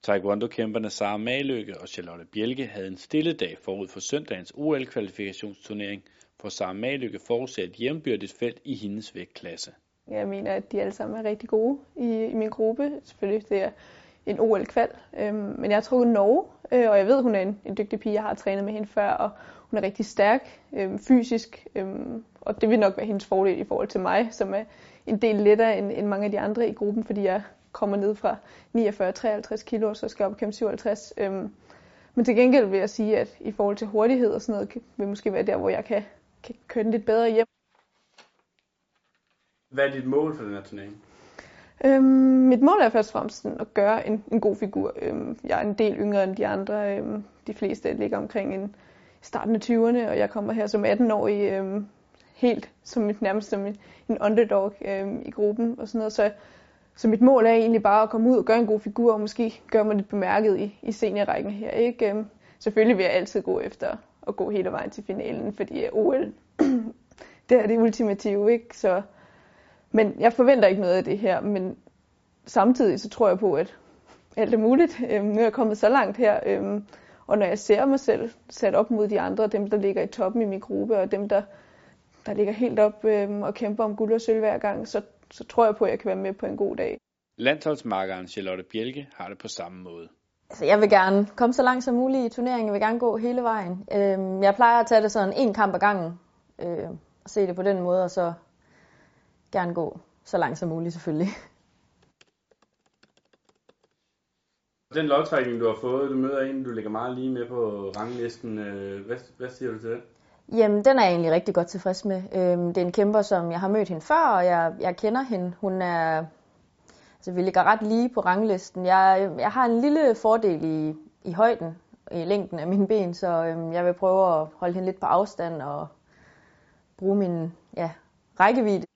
Taekwondo-kæmperne Sara Malykke og Charlotte Bjelke havde en stille dag forud for søndagens OL-kvalifikationsturnering, for Sara Malykke forudser et jævnbyrdigt felt i hendes vægtklasse. Jeg mener, at de alle sammen er rigtig gode i min gruppe. Selvfølgelig det er en OL-kval, men jeg har trukket Norge, og jeg ved, at hun er en dygtig pige. Jeg har trænet med hende før, og hun er rigtig stærk fysisk, og det vil nok være hendes fordel i forhold til mig, som er en del lettere end mange af de andre i gruppen, fordi jeg kommer ned fra 49-53 kilo, så skal jeg op og kæmpe 57. Men til gengæld vil jeg sige, at i forhold til hurtighed og sådan noget, vil måske være der, hvor jeg kan køre den lidt bedre hjem. Hvad er dit mål for den her turnering? Mit mål er først og fremmest at gøre en god figur. Jeg er en del yngre end de andre. De fleste ligger omkring starten af 20'erne, og jeg kommer her som 18-årig helt nærmest som en underdog i gruppen og sådan noget. Så mit mål er egentlig bare at komme ud og gøre en god figur, og måske gøre mig lidt bemærket i seniorrækken her. Ikke? Selvfølgelig vil jeg altid gå efter at gå hele vejen til finalen, fordi OL, det er det ultimative, ikke? Men jeg forventer ikke noget af det her, men samtidig så tror jeg på, at alt er muligt. Nu er jeg kommet så langt her, og når jeg ser mig selv sat op mod de andre, dem der ligger i toppen i min gruppe, og dem der ligger helt op og kæmper om guld og sølv hver gang, så tror jeg på, at jeg kan være med på en god dag. Landsholdsmarkeren Charlotte Bjelke har det på samme måde. Altså, jeg vil gerne komme så langt som muligt i turneringen. Jeg vil gerne gå hele vejen. Jeg plejer at tage det sådan en kamp ad gangen, og se det på den måde, og så gerne gå så langt som muligt selvfølgelig. Den lodtrækning, du har fået, du møder en, du ligger meget lige med på ranglisten. Hvad siger du til det? Jamen, den er jeg egentlig rigtig godt tilfreds med. Det er en kæmper, som jeg har mødt hende før, og jeg kender hende. Hun er, altså vi ligger ret lige på ranglisten. Jeg har en lille fordel i højden, i længden af mine ben, så jeg vil prøve at holde hende lidt på afstand og bruge min rækkevidde.